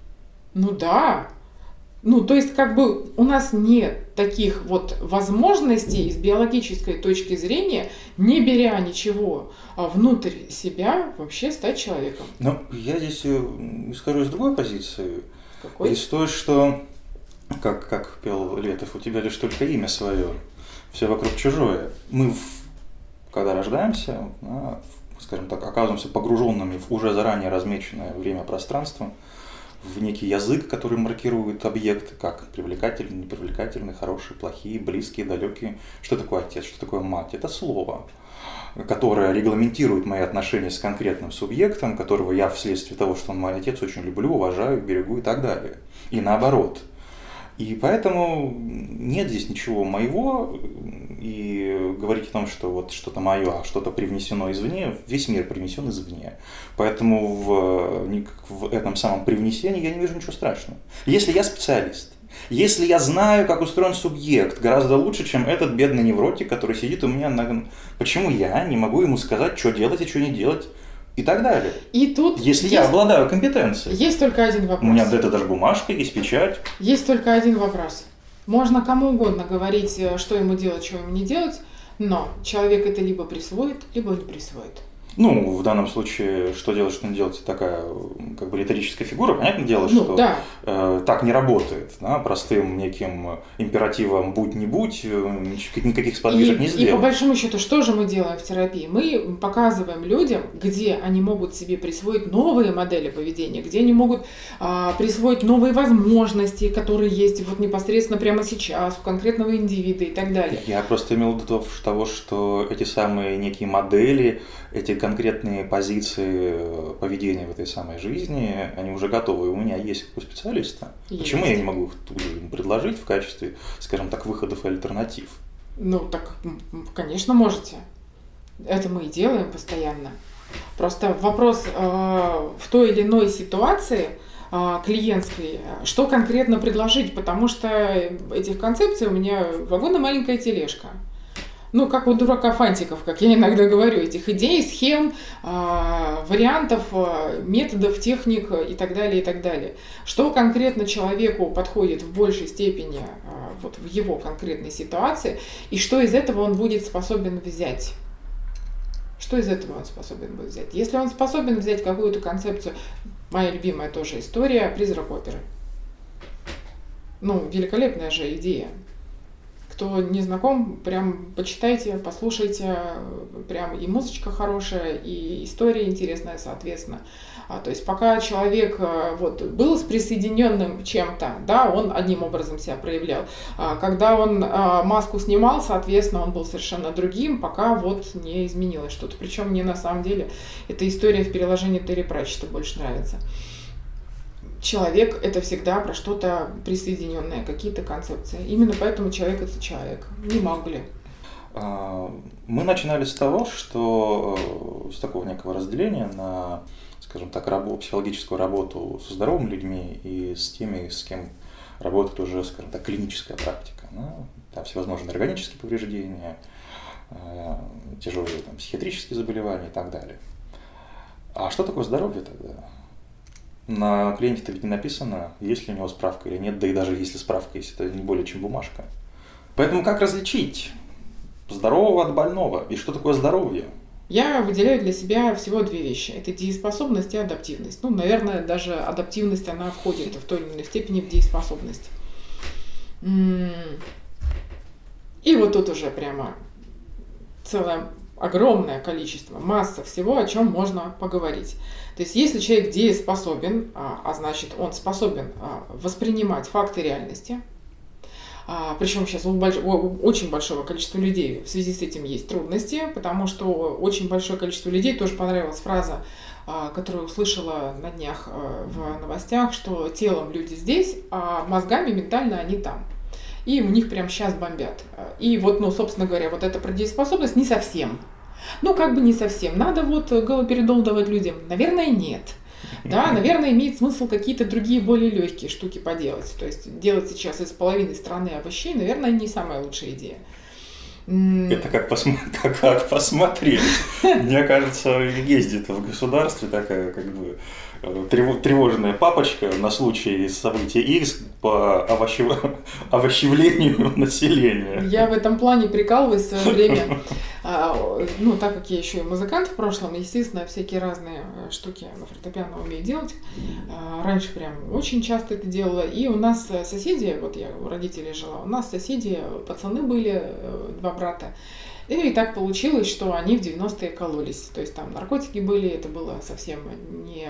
Ну да. Ну, то есть, как бы у нас нет таких вот возможностей с биологической точки зрения, не беря ничего внутрь себя, вообще стать человеком. Ну, я здесь скажу из другой позиции. Какой? Из той, что, как, как пел Летов, у тебя лишь только имя свое, все вокруг чужое. Мы, когда рождаемся, скажем так, оказываемся погруженными в уже заранее размеченное время-пространство, в некий язык, который маркирует объекты, как привлекательные, непривлекательные, хорошие, плохие, близкие, далекие. Что такое отец, что такое мать? Это слово, которое регламентирует мои отношения с конкретным субъектом, которого я вследствие того, что он мой отец, очень люблю, уважаю, берегу и так далее. И наоборот. И поэтому нет здесь ничего моего, и говорить о том, что вот что-то мое, а что-то привнесено извне, весь мир привнесен извне. Поэтому в, в этом самом привнесении я не вижу ничего страшного. Если я специалист, если я знаю, как устроен субъект гораздо лучше, чем этот бедный невротик, который сидит у меня на... Почему я не могу ему сказать, что делать и что не делать? И так далее. И тут Если есть, я обладаю компетенцией. Есть только один вопрос. У меня где-то даже бумажка, есть печать. Есть только один вопрос. Можно кому угодно говорить, что ему делать, что ему не делать, но человек это либо присвоит, либо не присвоит. Ну, в данном случае, что делать, что не делать, такая как бы риторическая фигура. Понятное дело, ну, что да. э, так не работает. Да? Простым неким императивом «будь-не будь» никаких сподвижек и, не сделать. И по большому счету, что же мы делаем в терапии? Мы показываем людям, где они могут себе присвоить новые модели поведения, где они могут э, присвоить новые возможности, которые есть вот непосредственно прямо сейчас у конкретного индивида и так далее. Я просто имел в виду того, что эти самые некие модели, эти конкретные позиции поведения в этой самой жизни, они уже готовы. У меня есть как у специалиста. Есть. Почему я не могу их тут же ему предложить в качестве, скажем так, выходов и альтернатив? Ну, так, конечно, можете. Это мы и делаем постоянно. Просто вопрос э, в той или иной ситуации э, клиентской, что конкретно предложить, потому что этих концепций у меня вагон и маленькая тележка. Ну, как у дурака фантиков, как я иногда говорю, этих идей, схем, вариантов, методов, техник и так далее, и так далее. Что конкретно человеку подходит в большей степени вот в его конкретной ситуации, и что из этого он будет способен взять. Что из этого он способен будет взять? Если он способен взять какую-то концепцию, моя любимая тоже история, призрак оперы. Ну, великолепная же идея. Кто не знаком, прям почитайте, послушайте, прям и музычка хорошая, и история интересная, соответственно. А, то есть пока человек вот, был с присоединенным чем-то, да, он одним образом себя проявлял. А, когда он а, маску снимал, соответственно, он был совершенно другим, пока вот не изменилось что-то. Причем мне на самом деле эта история в переложении Терри Пратчетта больше нравится. человек – это всегда про что-то присоединенное, какие-то концепции. Именно поэтому человек – это человек, не Маугли. Мы начинали с того, что с такого некого разделения на, скажем так, рабо- психологическую работу со здоровыми людьми и с теми, с кем работает уже, скажем так, клиническая практика. Ну, там всевозможные органические повреждения, тяжелые там, психиатрические заболевания и так далее. А что такое здоровье тогда? На клиенте-то ведь не написано, есть ли у него справка или нет, да и даже если справка есть, это не более чем бумажка. Поэтому как различить здорового от больного? И что такое здоровье? Я выделяю для себя всего две вещи. Это дееспособность и адаптивность. Ну, наверное, даже адаптивность, она входит в той или иной степени в дееспособность. И вот тут уже прямо целое огромное количество, масса всего, о чем можно поговорить. То есть, если человек дееспособен, а, а значит, он способен а, воспринимать факты реальности, а, причем сейчас у, больш... у очень большого количества людей в связи с этим есть трудности, потому что очень большое количество людей тоже понравилась фраза, а, которую услышала на днях а, в новостях, что телом люди здесь, а мозгами ментально они там. И у них прямо сейчас бомбят. И вот, ну, собственно говоря, вот эта дееспособность не совсем. Ну, как бы не совсем. Надо вот галоперидол давать людям? Наверное, нет. Да, наверное, имеет смысл какие-то другие более легкие штуки поделать. То есть делать сейчас из половины страны овощей, наверное, не самая лучшая идея. Это как, посмо... как, как посмотреть. Мне кажется, ездит в государстве такая как бы тревожная папочка на случай события X по овощев... овощевлению населения. Я в этом плане прикалываюсь в свое время. Ну, так как я еще и музыкант в прошлом, естественно, всякие разные штуки на фортепиано умею делать. Раньше прям очень часто это делала. И у нас соседи, вот я у родителей жила, у нас соседи, пацаны были, два брата. И так получилось, что они в девяностые кололись. То есть там наркотики были, это было совсем не,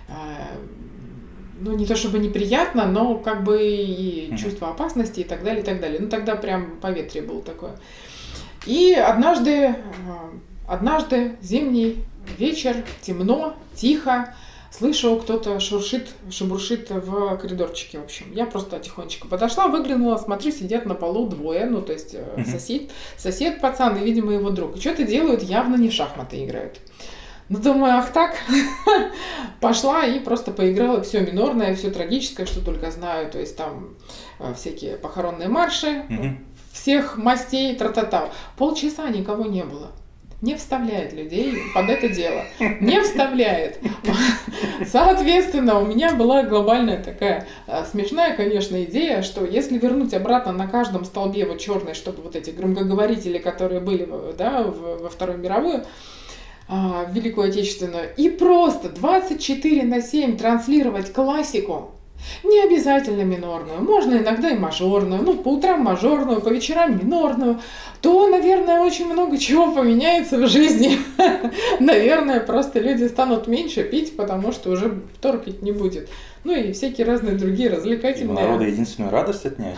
ну, не то чтобы неприятно, но как бы и чувство опасности и так далее, и так далее. Ну, тогда прям поветрие было такое. И однажды, однажды зимний вечер, темно, тихо, слышу, кто-то шуршит, шебуршит в коридорчике, в общем. Я просто тихонечко подошла, выглянула, смотрю, сидят на полу двое, ну, то есть mm-hmm. сосед, сосед, пацан и, видимо, его друг. И что-то делают, явно не в шахматы играют. Ну, думаю, ах так, пошла и просто поиграла все минорное, все трагическое, что только знаю, то есть там всякие похоронные марши, mm-hmm. всех мастей, тра-та-та. Полчаса никого не было. Не вставляет людей под это дело. Не вставляет. Соответственно, у меня была глобальная такая смешная, конечно, идея, что если вернуть обратно на каждом столбе вот черный, чтобы вот эти громкоговорители, которые были, да, во Вторую мировую, в Великую Отечественную, и просто двадцать четыре на семь транслировать классику, не обязательно минорную, можно иногда и мажорную, ну, по утрам мажорную, по вечерам минорную, то, наверное, очень много чего поменяется в жизни. Наверное, просто люди станут меньше пить, потому что уже торкать не будет. Ну и всякие разные другие развлекательные. У народа единственную радость отнять.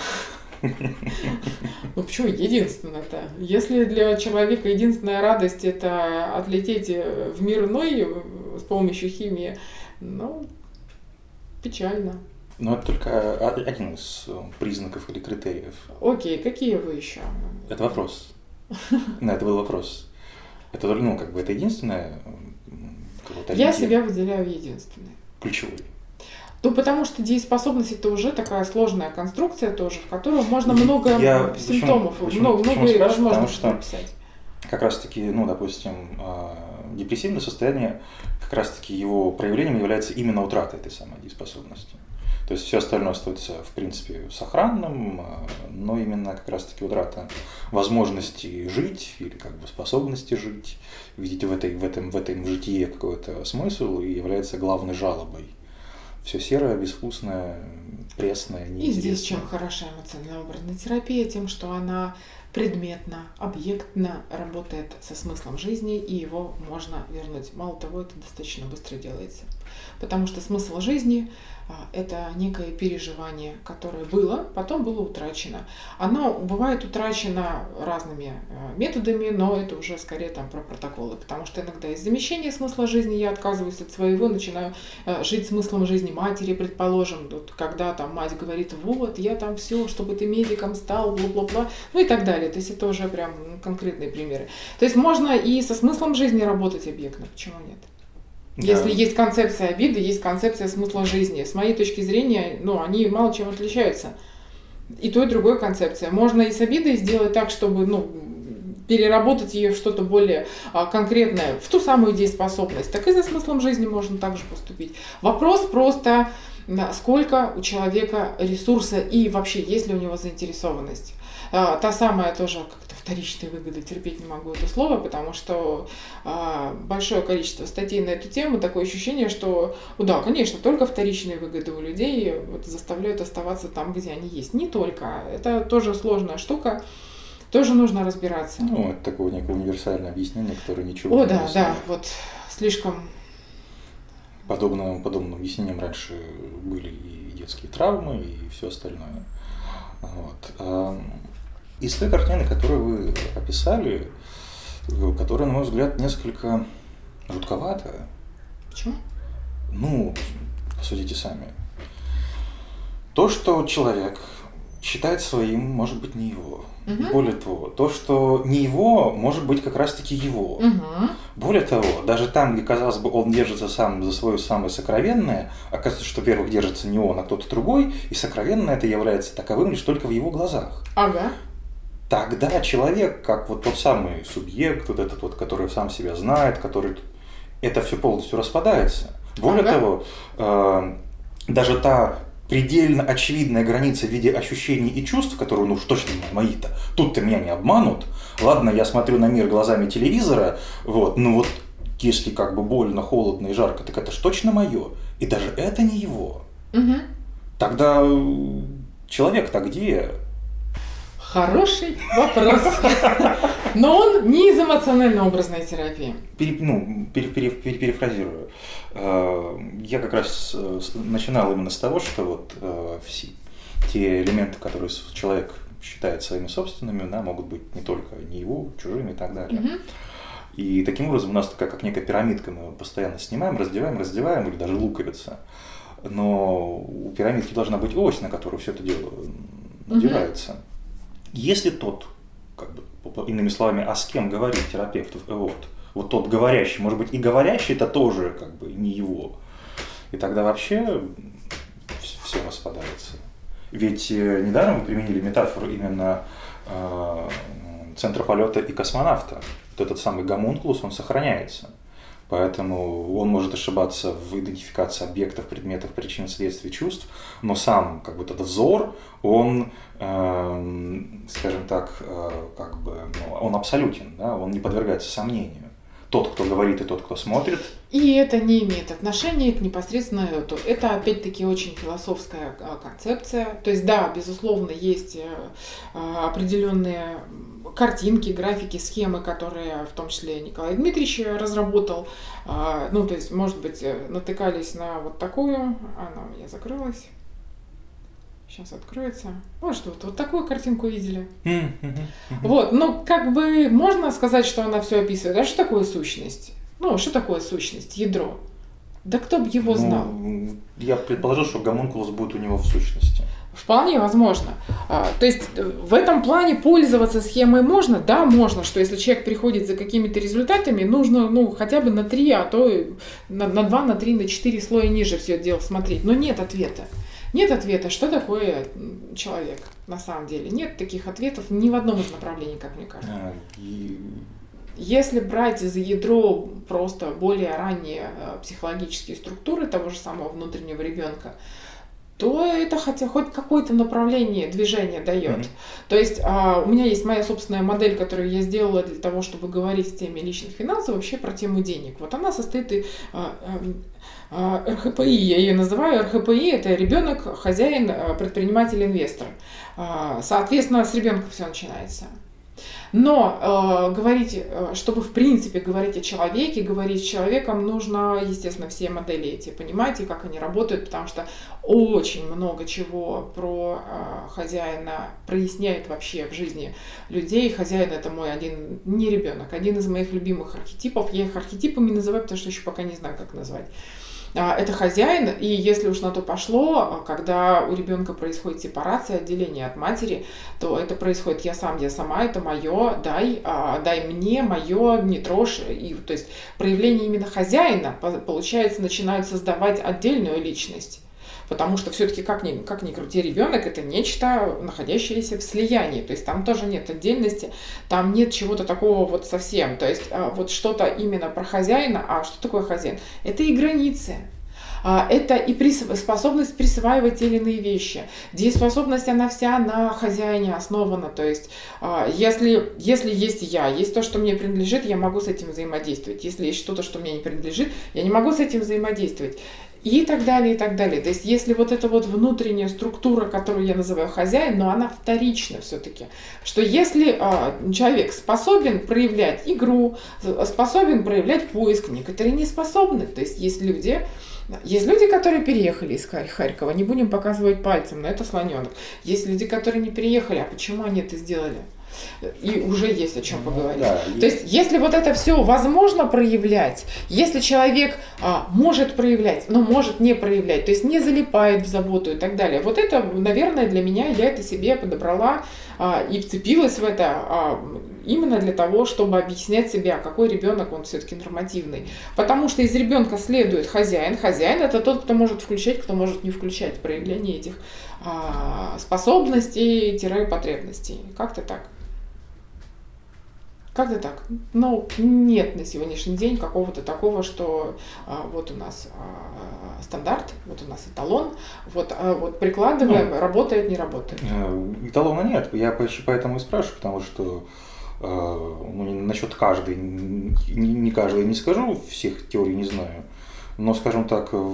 Ну почему единственное-то? Если для человека единственная радость – это отлететь в мир иной с помощью химии, ну, печально. Но это только один из признаков или критериев. Окей, какие вы еще? Это вопрос. Ну, это был вопрос. Это, ну, как бы, это единственное? Я себя выделяю единственной. Ключевой. Ну, потому что дееспособность – это уже такая сложная конструкция тоже, в которой можно много Я, симптомов, почему, много, почему, много почему возможностей написать. Как раз-таки, ну, допустим, депрессивное состояние, как раз-таки его проявлением является именно утрата этой самой дееспособности. То есть все остальное остается, в принципе, сохранным, но именно как раз-таки утрата возможности жить или как бы способности жить, видеть в, этой, в, этом, в этом житии какой-то смысл и является главной жалобой. Все серое, безвкусное, пресное, неинтересное. И здесь чем хороша эмоционально-образная терапия? Тем, что она предметно, объектно работает со смыслом жизни, и его можно вернуть. Мало того, это достаточно быстро делается. Потому что смысл жизни – это некое переживание, которое было, потом было утрачено. Оно бывает утрачено разными методами, но это уже скорее там про протоколы. Потому что иногда из замещения смысла жизни я отказываюсь от своего, начинаю жить смыслом жизни матери, предположим. Вот, когда там мать говорит, вот, я там все, чтобы ты медиком стал, бла-бла-бла, ну и так далее. То есть это уже прям конкретные примеры. То есть можно и со смыслом жизни работать объектно, почему нет? Да. Если есть концепция обиды, есть концепция смысла жизни. С моей точки зрения, ну, они мало чем отличаются. И то, и другое концепция. Можно и с обидой сделать так, чтобы, ну, переработать ее в что-то более а, конкретное, в ту самую дееспособность. Так и со смыслом жизни можно также поступить. Вопрос просто, сколько у человека ресурса и вообще, есть ли у него заинтересованность. А, та самая тоже как-то вторичные выгоды, терпеть не могу это слово, потому что а, большое количество статей на эту тему, такое ощущение, что, ну да, конечно, только вторичные выгоды у людей вот, заставляют оставаться там, где они есть. Не только. Это тоже сложная штука, тоже нужно разбираться. Ну, это такое некое универсальное объяснение, которое ничего О, не да, объясняет. да, вот слишком... Подобным, подобным объяснением раньше были и детские травмы, и все остальное. Вот. Из той картины, которую вы описали, которая, на мой взгляд, несколько жутковатая. Почему? Ну, посудите сами. То, что человек считает своим, может быть, не его. Угу. Более того, то, что не его, может быть как раз-таки его. Угу. Более того, даже там, где, казалось бы, он держится сам за свое самое сокровенное, оказывается, что, во-первых, держится не он, а кто-то другой, и сокровенное это является таковым лишь только в его глазах. Ага. Тогда человек, как вот тот самый субъект, вот этот вот, который сам себя знает, который... это все полностью распадается. Более ага. того, э, даже та предельно очевидная граница в виде ощущений и чувств, которые, ну уж точно не мои-то, тут-то меня не обманут. Ладно, я смотрю на мир глазами телевизора, вот, ну вот, если как бы больно, холодно и жарко, так это ж точно мое. И даже это не его. Угу. Тогда человек-то где? Хороший вопрос. Но он не из эмоционально-образной терапии. Пере, ну, пере, пере, пере, перефразирую. Я как раз начинал именно с того, что вот все те элементы, которые человек считает своими собственными, да, могут быть не только не его, чужими и так далее. Угу. И таким образом у нас такая как некая пирамидка, мы постоянно снимаем, раздеваем, раздеваем, или даже луковица. Но у пирамидки должна быть ось, на которую все это дело надевается. Угу. Если тот, как бы, иными словами, а с кем говорит терапевт, вот, вот тот говорящий, может быть, и говорящий это тоже как бы не его, и тогда вообще все распадается. Ведь недаром вы применили метафору именно э, центра полета и космонавта. Вот этот самый гомункулус, он сохраняется. Поэтому он может ошибаться в идентификации объектов, предметов, причин, следствий, чувств, но сам как бы этот взор, он, э, скажем так, э, как бы, ну, он абсолютен, да? Он не подвергается сомнению. Тот, кто говорит, и тот, кто смотрит. И это не имеет отношения к непосредственно эту. Это, опять-таки, очень философская концепция. То есть, да, безусловно, есть определенные картинки, графики, схемы, которые в том числе Николай Дмитриевич разработал. Ну, то есть, может быть, натыкались на вот такую. Она у меня закрылась. Сейчас откроется. Вот что, вот, вот такую картинку видели. Mm-hmm. Mm-hmm. Вот, ну, как бы можно сказать, что она все описывает. А что такое сущность? Ну, что такое сущность? Ядро. Да кто бы его знал? Ну, я предположил, что гомункулус будет у него в сущности. Вполне возможно. А, то есть в этом плане пользоваться схемой можно? Да, можно, что если человек приходит за какими-то результатами, нужно ну, хотя бы на три, а то на, на два, на три, на четыре слоя ниже все это дело смотреть. Но нет ответа. Нет ответа, что такое человек на самом деле. Нет таких ответов ни в одном из направлений, как мне кажется. А, и... Если брать за ядро просто более ранние психологические структуры того же самого внутреннего ребенка, то это хотя хоть какое-то направление движения дает. Mm-hmm. То есть а, у меня есть моя собственная модель, которую я сделала для того, чтобы говорить в теме личных финансов, вообще про тему денег. Вот она состоит из а, а, эр ха пэ и, я ее называю. эр ха пэ и – это ребенок, хозяин, предприниматель, инвестор. А, соответственно, с ребенка все начинается. Но э, говорить, чтобы в принципе говорить о человеке, говорить с человеком, нужно, естественно, все модели эти понимать и как они работают, потому что очень много чего про э, хозяина проясняет вообще в жизни людей. Хозяин — это мой один, не ребенок, один из моих любимых архетипов. Я их архетипами называю, потому что еще пока не знаю, как назвать. Это хозяин, и если уж на то пошло, когда у ребенка происходит сепарация, отделение от матери, то это происходит я сам, я сама, это мое, дай, дай мне, мое, не трожь. И, то есть проявление именно хозяина, получается, начинают создавать отдельную личность. Потому что все-таки, как ни, как ни крути, ребенок — это нечто, находящееся в слиянии. То есть там тоже нет отдельности, там нет чего-то такого вот совсем. То есть вот что-то именно про хозяина. А что такое хозяин? Это и границы. Это и присв... способность присваивать те или иные вещи. Дееспособность, она вся на хозяине основана. То есть, если, если есть я, есть то, что мне принадлежит, я могу с этим взаимодействовать. Если есть что-то, что мне не принадлежит, я не могу с этим взаимодействовать. И так далее, и так далее. То есть, если вот эта вот внутренняя структура, которую я называю хозяин, но она вторична все-таки, что если э, человек способен проявлять игру, способен проявлять поиск, некоторые не способны. То есть, есть люди, есть люди, которые переехали из Харькова, не будем показывать пальцем, но это слоненок. Есть люди, которые не переехали, а почему они это сделали? И уже есть о чем поговорить. Да, то есть, если вот это все возможно проявлять, если человек а, может проявлять, но может не проявлять, то есть не залипает в заботу и так далее, вот это, наверное, для меня, я это себе подобрала а, и вцепилась в это а, именно для того, чтобы объяснять себе, какой ребенок, он все-таки нормативный. Потому что из ребенка следует хозяин. Хозяин — это тот, кто может включать, кто может не включать проявление этих а, способностей-потребностей. Как-то так. Как-то так. Но нет на сегодняшний день какого-то такого, что а, вот у нас а, стандарт, вот у нас эталон, вот, а, вот прикладываем, ну, работает, не работает. Эталона нет, я поэтому и спрашиваю, потому что э, ну, насчет каждой, не, не каждой не скажу, всех теорий не знаю, но, скажем так, в,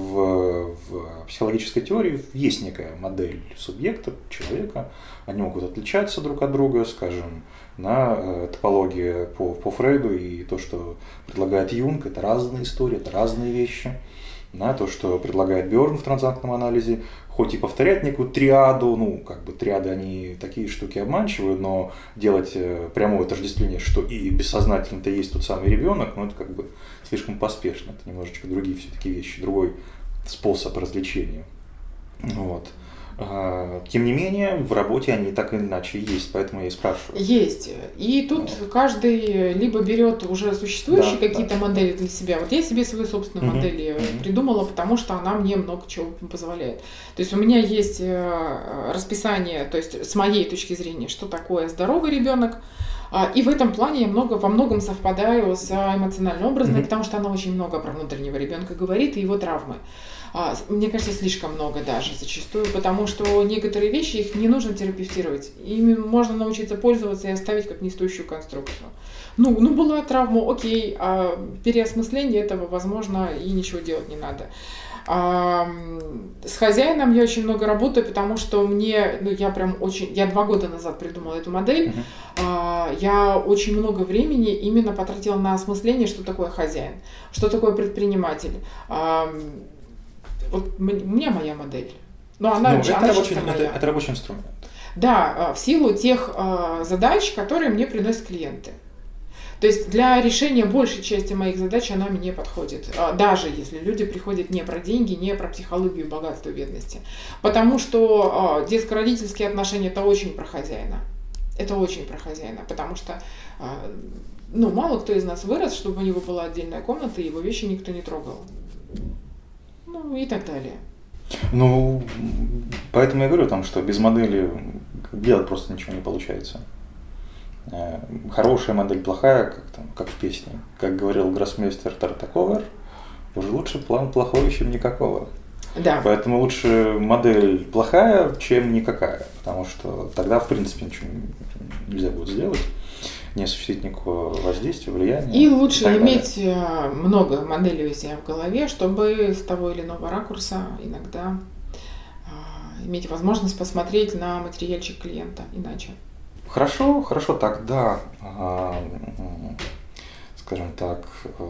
в психологической теории есть некая модель субъекта, человека, они могут отличаться друг от друга, скажем, на топологии по, по Фрейду, и то, что предлагает Юнг, это разные истории, это разные вещи. На то, что предлагает Бёрн в трансактном анализе, хоть и повторять некую триаду, ну, как бы триады, они такие штуки обманчивые, но делать прямое отождествление, что и бессознательно-то есть тот самый ребенок, ну, это как бы слишком поспешно, это немножечко другие все-таки вещи, другой способ развлечения. Вот. Тем не менее, в работе они так или иначе есть, поэтому я и спрашиваю. Есть. И тут ну. каждый либо берет уже существующие да, какие-то да. модели для себя. Вот я себе свою собственную mm-hmm. модель mm-hmm. придумала, потому что она мне много чего позволяет. То есть у меня есть расписание, то есть с моей точки зрения, что такое здоровый ребенок. И в этом плане я много, во многом совпадаю с эмоционально-образной, mm-hmm. потому что она очень много про внутреннего ребенка говорит и его травмы. Мне кажется, слишком много даже зачастую, потому что некоторые вещи, их не нужно терапевтировать. Ими можно научиться пользоваться и оставить как нестоящую конструкцию. Ну, ну была травма, окей, а переосмысление этого возможно и ничего делать не надо. А, с хозяином я очень много работаю, потому что мне, ну я прям очень, я два года назад придумала эту модель, uh-huh. а, я очень много времени именно потратила на осмысление, что такое хозяин, что такое предприниматель. А, вот у меня моя модель, но она, ну, она это, рабочий, это, это рабочий инструмент. Да, в силу тех а, задач, которые мне приносят клиенты. То есть для решения большей части моих задач она мне подходит, даже если люди приходят не про деньги, не про психологию богатства и бедности. Потому что детско-родительские отношения – это очень про хозяина. Это очень про хозяина, потому что ну, мало кто из нас вырос, чтобы у него была отдельная комната, и его вещи никто не трогал. Ну и так далее. Ну, поэтому я говорю, там, что без модели делать просто ничего не получается. Хорошая модель, плохая, как, там, как в песне. Как говорил гроссмейстер Тартаковер, уже лучше план плохой, чем никакого. Да. Поэтому лучше модель плохая, чем никакая, потому что тогда, в принципе, ничего нельзя будет сделать, не осуществить никакого воздействия, влияния. И лучше и иметь далее. много моделей у себя в голове, чтобы с того или иного ракурса иногда а, иметь возможность посмотреть на материальчик клиента иначе. Хорошо, хорошо тогда, скажем так,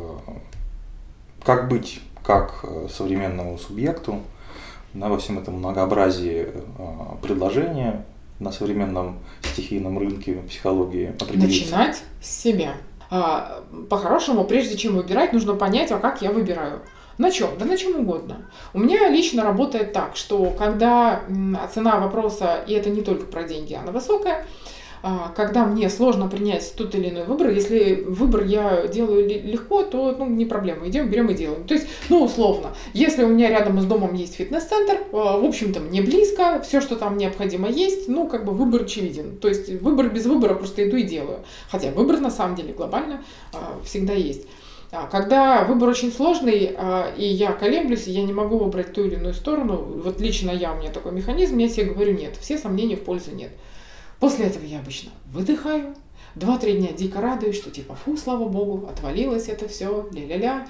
как быть как современному субъекту, да, во всем этом многообразии предложения на современном стихийном рынке психологии определиться? Начинать с себя. По-хорошему, прежде чем выбирать, нужно понять, а как я выбираю. На чем? Да на чем угодно. У меня лично работает так, что когда цена вопроса, и это не только про деньги, она высокая, когда мне сложно принять тот или иной выбор, если выбор я делаю легко, то ну, не проблема, идем, берем и делаем. То есть, ну, условно, если у меня рядом с домом есть фитнес-центр, в общем-то, мне близко, все, что там необходимо есть, ну, как бы выбор очевиден. То есть, выбор без выбора, просто иду и делаю. Хотя выбор, на самом деле, глобально всегда есть. Когда выбор очень сложный, и я колеблюсь, и я не могу выбрать ту или иную сторону, вот лично я, у меня такой механизм, я себе говорю нет, все сомнения в пользу нет. После этого я обычно выдыхаю, два-три дня дико радуюсь, что типа фу, слава богу, отвалилось это все, ля-ля-ля.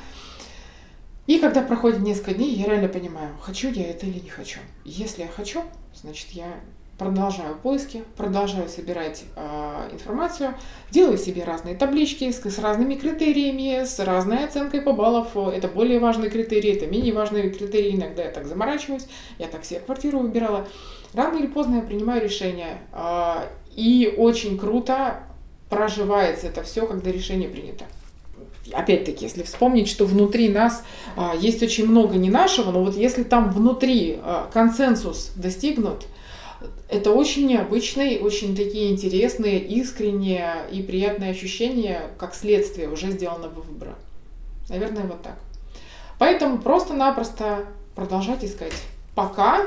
И когда проходит несколько дней, я реально понимаю, хочу я это или не хочу. Если я хочу, значит я продолжаю поиски, продолжаю собирать э, информацию, делаю себе разные таблички с, с разными критериями, с разной оценкой по баллам. Это более важные критерии, это менее важные критерии. Иногда я так заморачиваюсь, я так себе квартиру выбирала. Рано или поздно я принимаю решение. Э, и очень круто проживается это все, когда решение принято. Опять-таки, если вспомнить, что внутри нас э, есть очень много не нашего, но вот если там внутри э, консенсус достигнут, это очень необычные, очень такие интересные, искренние и приятные ощущения, как следствие уже сделанного выбора. Наверное, вот так. Поэтому просто-напросто продолжать искать. Пока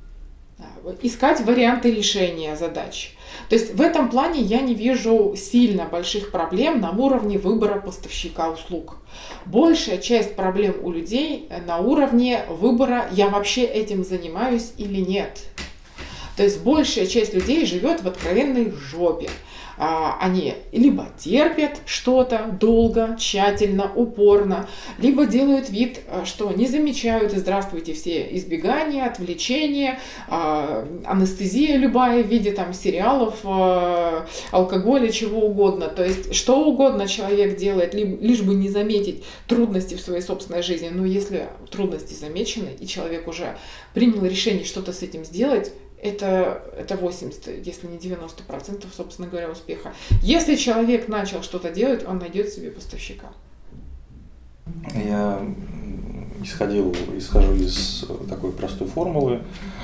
искать варианты решения задач. То есть в этом плане я не вижу сильно больших проблем на уровне выбора поставщика услуг. Большая часть проблем у людей на уровне выбора, я вообще этим занимаюсь или нет. То есть большая часть людей живет в откровенной жопе. Они либо терпят что-то долго, тщательно, упорно, либо делают вид, что не замечают, и здравствуйте все избегания, отвлечения, анестезия любая в виде там, сериалов, алкоголя, чего угодно. То есть что угодно человек делает, лишь бы не заметить трудности в своей собственной жизни. Но если трудности замечены, и человек уже принял решение что-то с этим сделать, Это, это восемьдесят, если не девяносто процентов, собственно говоря, успеха. Если человек начал что-то делать, он найдет себе поставщика. Я исходил, исхожу из такой простой формулы.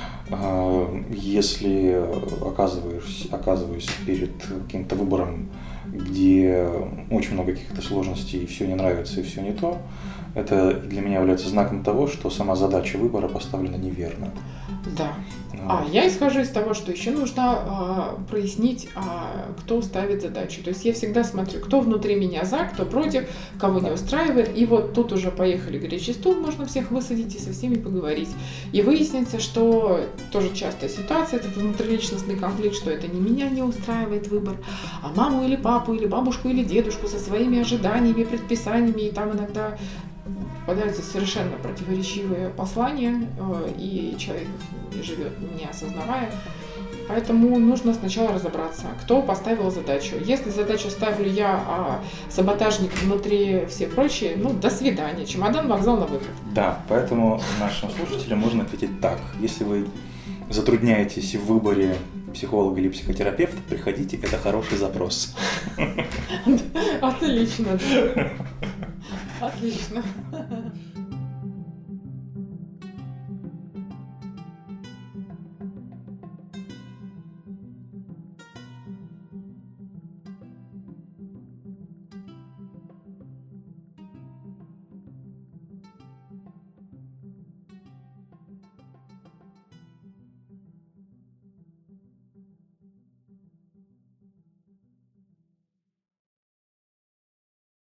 Если оказываюсь, оказываюсь перед каким-то выбором, где очень много каких-то сложностей, и все не нравится, и все не то, это для меня является знаком того, что сама задача выбора поставлена неверно. Да. А я исхожу из того, что еще нужно а, прояснить, а, кто ставит задачу. То есть я всегда смотрю, кто внутри меня за, кто против, кого не устраивает. И вот тут уже поехали горячий стул, можно всех высадить и со всеми поговорить. И выяснится, что тоже частая ситуация, это внутриличностный конфликт, что это не меня не устраивает выбор, а маму или папу, или бабушку, или дедушку со своими ожиданиями, предписаниями. И там иногда попадаются совершенно противоречивые послания, и человек живет не осознавая. Поэтому нужно сначала разобраться, кто поставил задачу. Если задачу ставлю я, а саботажник внутри все прочие, ну, до свидания. Чемодан, вокзал, на выход. Да, поэтому нашим слушателям можно ответить так. Если вы затрудняетесь в выборе психолога или психотерапевта, приходите, это хороший запрос. Отлично. Отлично.